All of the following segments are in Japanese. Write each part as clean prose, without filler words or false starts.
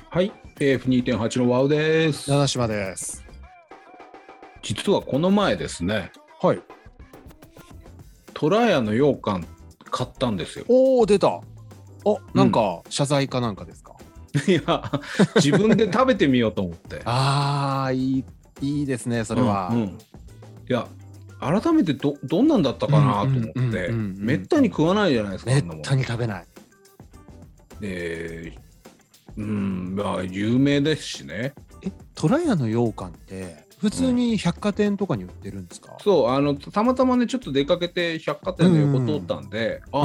はい、F2.8 のワウです。 七島です。 実はこの前ですね、 はい。 トラヤの羊羹買ったんですよ。 おー、出た。 うん。 なんか謝罪かなんかですか？ いや、自分で食べてみようと思って。 いいですね、そうれは。 んうん。いや、改めてどんなんだったかなと思って、めったに食わないじゃないですか、あんなもの。 めったに食べない。 で、まあ、有名ですしね。 トラヤの羊羹って普うん。 通に百貨店とかに売ってるんですか？ そう、たまたまね、ちょっと出かけて百貨う店の横通っん。 たんで、 うん。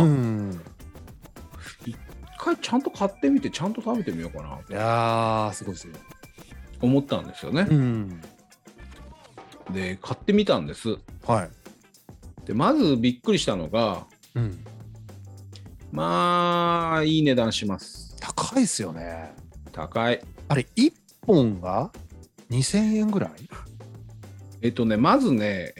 一回ちゃんと買ってみて、ちゃんと食べてみようかないとやー、すごいですよ。 思ったんですよね。 うん。 で、買ってみたんです。 はい。 で、まずびっくりしたのが、 うん。 まあ、いい値段します。 高いっすよね。 高い。 あれ、1本が2000円ぐらい？ まずね、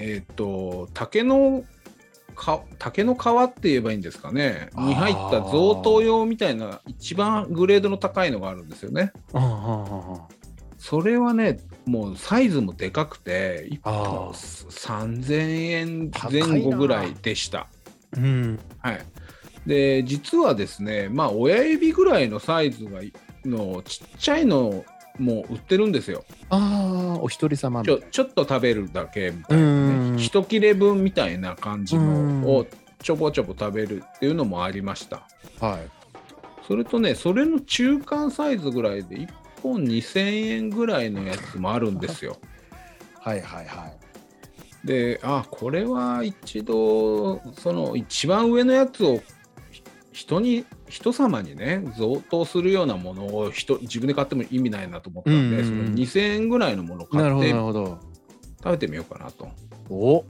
竹の皮って言えばいいんですかね。に入った贈答あ用みたいな、一番グレードの高いのがあるんですよね。 あ。あそれはね、もうサイズもでかくて、1本あ。 3000円高い前後ぐらいな。 でした。 うん。 はい。で、実はですね、まあ、親指ぐらいのサイズのちっちゃいのも売ってるんですよ。 ああ、お一人様みたいちょっと食べるだけみな。うたいなね。 ーん。 一切れ分みたいな感うーじのをん。 ちょぼちょぼ食べるっていうのもありました。 はい。 それとね、それの中間サイズぐらいで1本2000円ぐらいのやつもあるんですよ。 はいはいはい。 で、これは一度、その一番上のやつを人様にね、贈答するようなものを自分で買っても意味ないなと思っうんうたんで、そのん 2000円ぐらいのものをうん。なるほどな買ってるほど。 食べてみようかなと。 お、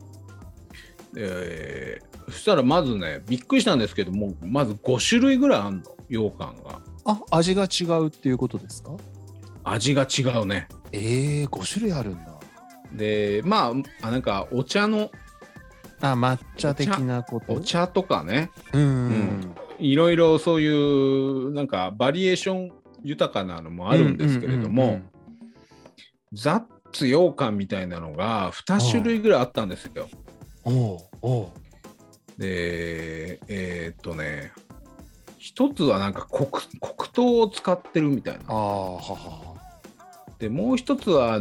そしたらまずね、びっくりしたんですけども、まず5種類ぐらいあるの、羊羹が。 味が違うっていうことですか？ 味が違うね。 5種類あるんだ。 で、まあ、なんか抹茶的お茶、 なこと？ お茶とかね、 うーうん、 ん。 いろいろそういうなんかバリエーション豊かなのもあうんうんうるんですけれども、 んザッツ羊羹みたいなのが2種類ぐらいあったんですよ。 うん。おう。 で、一つはなんか黒糖を使ってるみたいな。 はは。 で、もう一つは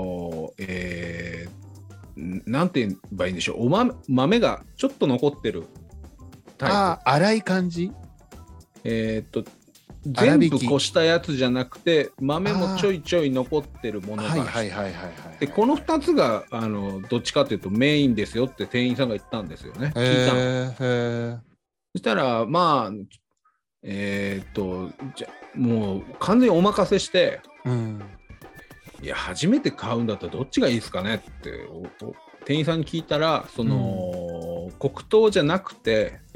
なんて言えばいいんでしょう。豆がちょっと残ってるタイプ。 粗い感じ？ えーっと、 粗挽き。 全部こしたやつじゃなくて、豆もちょあいちょい残ってるもあ、 のが、 はいはいはいはいはい。 で、この2つが、どっちかというとメインですよって店員さんが言ったんですよね。聞いたの。 へえ。 そしたら、まあ、もう完全にお任せして、 うん。 いや、初めて買うんだったらどっちがいいですかねって店員さんに聞いたら、そうん。 の黒糖じゃなくて、 うん。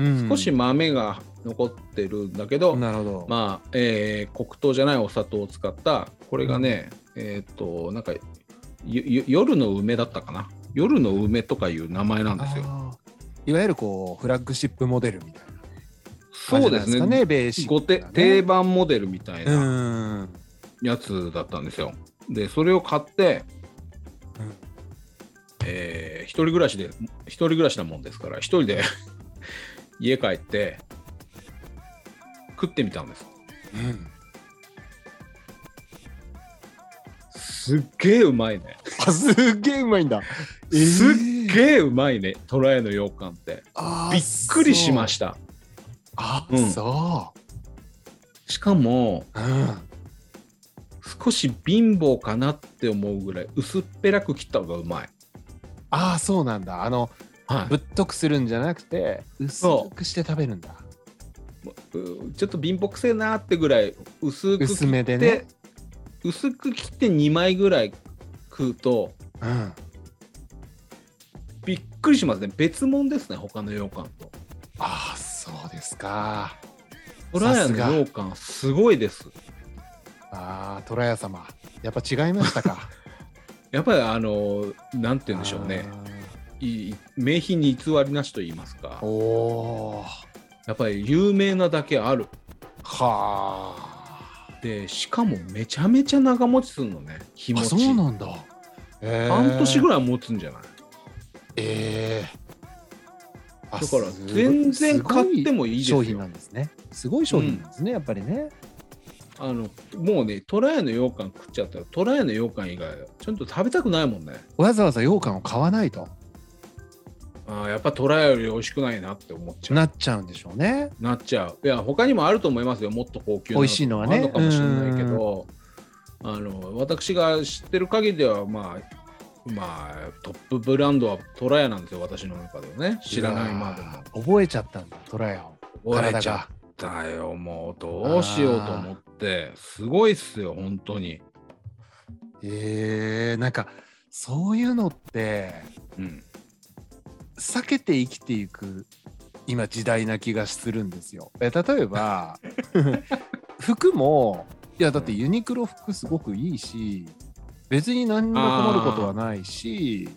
少し豆が残ってるんだけど、 なるほど。 まあ、黒糖じゃないお砂糖を使った、これうん。 がね、なんか夜の梅だったかな。夜の梅とかいう名前なんですよ。 いわゆるこうフラッグシップモデルみたいな感じそうですね。 なんですかね、ベーシックな定ね。 番モデルみたいうなん。うん。 やつだったんですよ。で、それを買って、一人暮らしなもんですから、一人で家帰って食ってみたんです。 うん。 すっげえうまいね。 すっげえうまいんだ。 すっげえうまいね、トライの羊羹って。びっくりしましそう。 た。うん。 そしかも、 う。うん。 少し貧乏かなって思うぐらい薄っぺらく切った方がうまい。 そうなんだ。 はい。 ぶっとくするんじゃなくて、薄そくして食べるんだ。 ちょっと貧乏くせえなってぐらい薄めでね。 薄く切って2枚ぐらい食うとうん。 びっくりしますね。別物ですね、他の羊羹と。 そうですか。 トラヤのさすが。 羊羹すごいです。 虎屋様。やっぱ違いましたか。 やっぱりなんて言うんでしょうね。名品に偽りなしと言いますか。 おー。 やっぱり有名なだけある。 はあ。 でしかもめちゃめちゃ長持ちするのね、日持ち。 そうなんだ。 半年ぐらい持つんじゃない？だから全然買ってもいいですよ。 商品なんですね。すごい商品なんですね、やっぱりね。 もうね、トラヤの羊羹食っちゃったら、トラヤの羊羹以外ちょっと食べたくないもんね。 わざわざ羊羹を買わないとやっぱトラヤより美味しくないなって思っちゃう。 なっちゃうんでしょうね。 なっちゃう。いや他にもあると思いますよ、もっと高級な美味しいのはねあるのかもしれないけど、私が知ってる限りではまあトップブランドはトラヤなんですよ、私の中ではね。知らないまでも覚えちゃったんだ、トラヤを。 覚えちゃったよ。もうどうしようと思って。すごいっすよ本当に。 なんかそういうのって、避けて生きていく今時代な気がするんですよ。例えば服もいやだってユニクロ服すごくいいし、別に何も困ることはないし、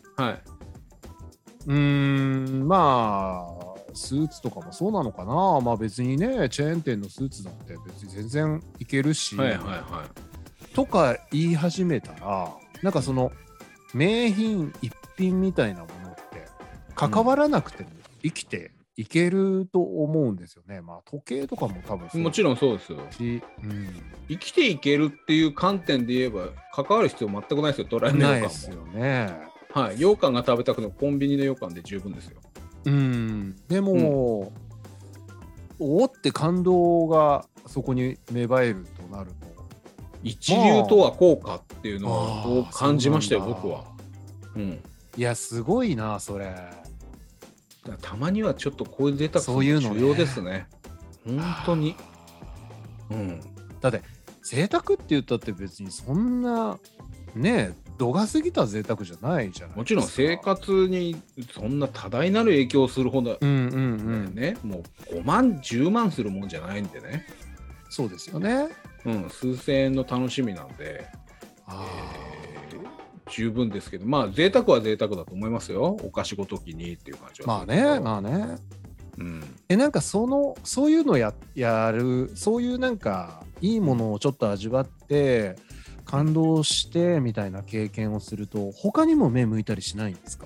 まあスーツとかもそうなのかな。まあ別にね、チェーン店のスーツだって別に全然いけるし、とか言い始めたら、なんかその名品一品みたいなものって関わらなくても生きていけると思うんですよね。まあ時計とかも多分もちろんそうですよ。生きていけるっていう観点で言えば関わる必要全くないですよ、トライの羊羹も。ないですよね。羊羹が食べたくのコンビニの羊羹で十分ですよ。 でも、おって感動がそこに芽生えるとなると、 一流とはこうかっていうのを感じましたよ、僕は。 いやすごいなそれ。 たまにはちょっとこういうデータそういうの重要ですね。本当に。 だって贅沢って言ったって別にそんなね度が過ぎた贅沢じゃないじゃないですか。 もちろん生活にそんな多大なる影響をするほどね、もう5万10万するもんじゃないんでね。 そうですよね。 数千円の楽しみなんで、十分ですけど、まあ贅沢は贅沢だと思いますよ。お菓子ごときにっていう感じは。 まあね。なんかそういうのやる、そういうなんかいいものをちょっと味わって感動してみたいな経験をすると、他にも目向いたりしないんですか？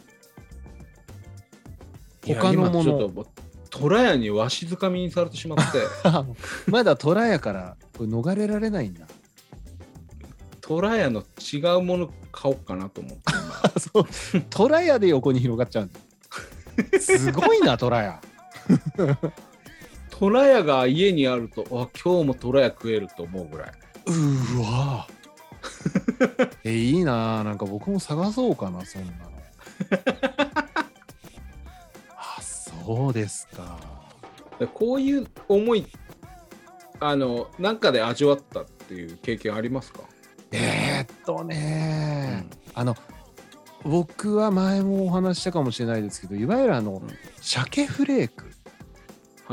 他のもの。トラヤにわしづかみにされてしまってまだトラヤから逃れられないんだ。 トラヤの違うもの買おうかなと思ってそうトラヤで横に広がっちゃうんだ。すごいなトラヤ。 トラヤが家にあると、今日もトラヤ食えると思うぐらい。 うわいいな。なんか僕も探そうかな、そんなの。そうですか。 こういう思いなんかで味わったっていう経験ありますか？ 僕は前もお話したかもしれないですけど、いわゆる鮭フレーク、い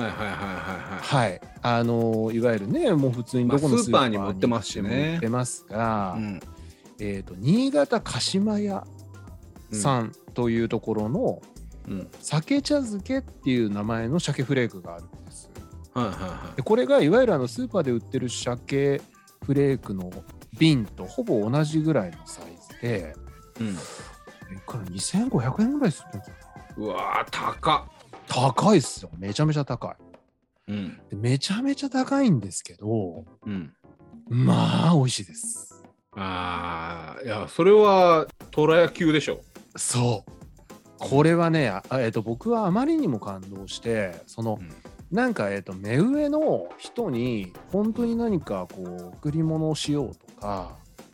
わゆるね、もう普通にどこのスーパーにも売ってますしね。 売ってますが、新潟鹿島屋さんというところの鮭茶漬けっていう名前の鮭フレークがあるんです。でこれがいわゆるスーパーで売ってる鮭フレークの瓶とほぼ同じぐらいのサイズで、いくら2500円ぐらいするのかな。 うわー高いっすよ。めちゃめちゃ高い。でめちゃめちゃ高いんですけど、まあ美味しいです。 いやそれはトラヤ級でしょ。 そうこれはね、僕はあまりにも感動して、なんか目上の人に本当に何かこう贈り物をしようとか、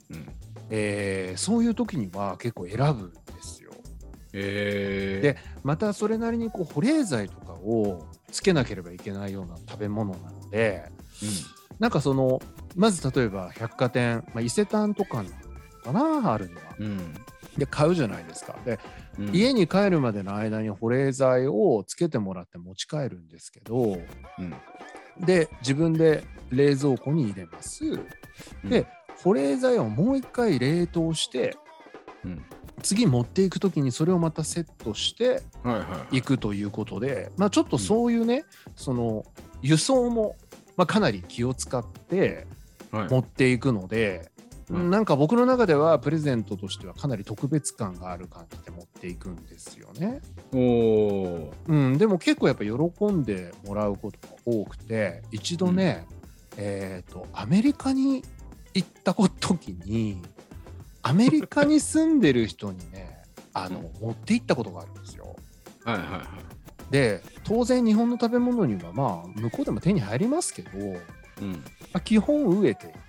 そういう時には結構選ぶんですよ。でまたそれなりにこう保冷剤とかをつけなければいけないような食べ物なので、なんかまず例えば百貨店、伊勢丹とかかな、あるのは、で買うじゃないですか。で、家に帰るまでの間に保冷剤をつけてもらって持ち帰るんですけど、で自分で冷蔵庫に入れます。で保冷剤をもう一回冷凍して、次持っていくときにそれをまたセットしていくということで、ちょっとそういうね、輸送も、かなり気を使って持っていくので、なんか僕の中ではプレゼントとしてはかなり特別感がある感じで持っていくんですよね。でも結構やっぱ喜んでもらうことが多くて、一度ね、アメリカに行った時にアメリカに住んでる人にね持って行ったことがあるんですよ。で当然日本の食べ物にはまあ向こうでも手に入りますけど、基本飢えている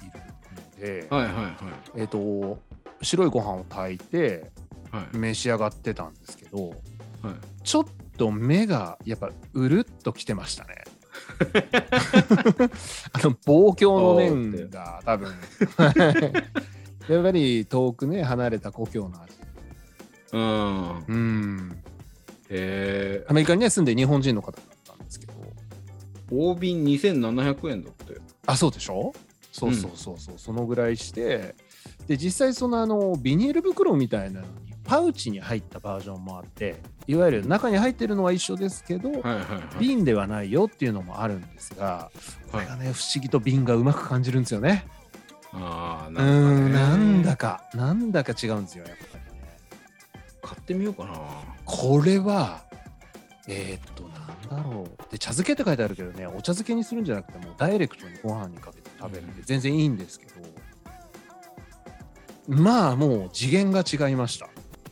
ので、白いご飯を炊いて召し上がってたんですけど、ちょっと目がやっぱうるっときてましたね。望郷の念が多分やっぱり遠くね離れた故郷の味。アメリカにね住んで日本人の方だったんですけど、 大瓶2700円だって。 そうでしょ。そう、そのぐらいして、で実際そのビニール袋みたいなのにパウチに入ったバージョンもあって、いわゆる中に入ってるのは一緒ですけど、瓶ではないよっていうのもあるんですが、これがね不思議と瓶がうまく感じるんですよね。なんだか違うんですよやっぱりね。 買ってみようかな。 これはなんだろう。で茶漬けって書いてあるけどね、お茶漬けにするんじゃなくてもうダイレクトにご飯にかけて食べるんで全然いいんですけど、まあもう次元が違いました。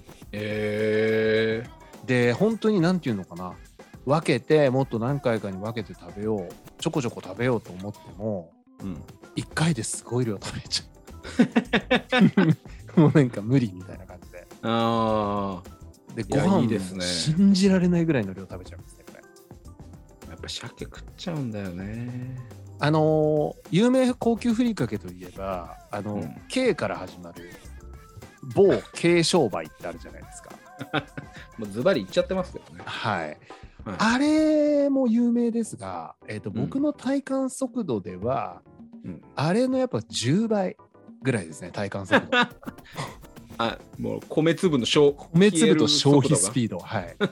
で本当になんていうのかな、分けてもっと何回かに分けて食べよう、ちょこちょこ食べようと思っても、1回ですごい量食べちゃう。もうなんか無理みたいな感じで。でご飯も信じられないぐらいの量食べちゃうんですねこれ。 やっぱ鮭食っちゃうんだよね。 有名高級ふりかけといえばK から始まる某 K 商売ってあるじゃないですか。 もうズバリ言っちゃってますけどね。 あれも有名ですが、僕の体感速度では、あれのやっぱ10倍ぐらいですね、体感速度。 もう米粒と消費スピード。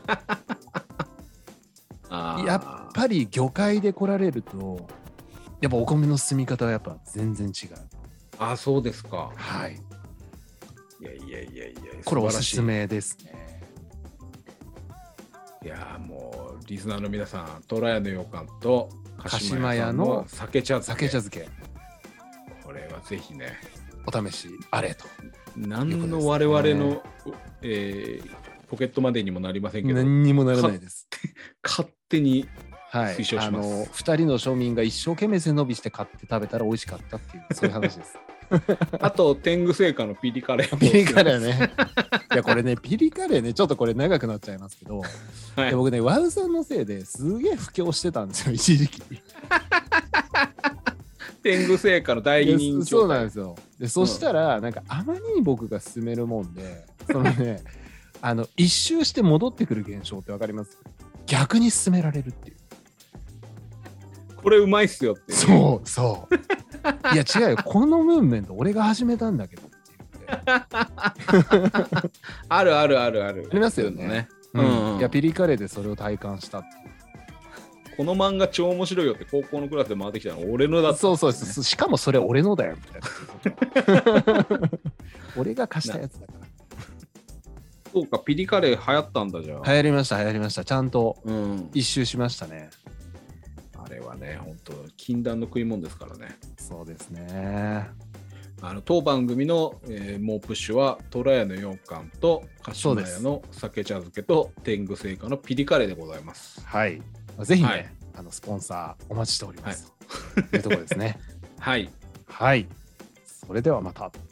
やっぱり魚介で来られるとやっぱお米の進み方はやっぱ全然違う。 そうですか。いやこれおすすめですね。 いやもうリスナーの皆さん、虎屋の羊羹と鹿島屋の酒茶漬け、 これはぜひねお試しあれと。 何の我々の、ポケットまでにもなりませんけど、 何にもならないです。 勝手に推奨します。 2人の庶民が一生懸命背伸びして買って食べたら美味しかったっていうそういう話です。 あと天狗製菓のピリカレー。 ピリカレーね。いやこれねピリカレーねちょっとこれ長くなっちゃいますけど、僕ねワウさんのせいですげえ布教してたんですよ一時期。 天狗製菓の代理人。 そうなんですよ。でそしたらなんかあまりに僕が勧めるもんで、そのね一周して戻ってくる現象ってわかります？逆に勧められるっていう。 これうまいっすよっていう。 そう。いや違うよ、このムーブメント俺が始めたんだけどって言って。 ある。ありますよね。いやピリカレーでそれを体感したっていう。 この漫画超面白いよって高校のクラスで回ってきたの俺のだった、 ね。そうしかもそれ俺のだよみたいな。俺が貸したやつだから。 そうか、ピリカレー流行ったんだじゃあ。 流行りましたちゃんと一周しましたね。 あれはね本当禁断の食い物ですからね。 そうですね。 当番組の、猛プッシュは虎屋の羊羹と鹿島屋の酒茶漬けと天狗製菓のピリカレーでございます。 ぜひね、スポンサーお待ちしております、というところですね。 はい。 それではまた。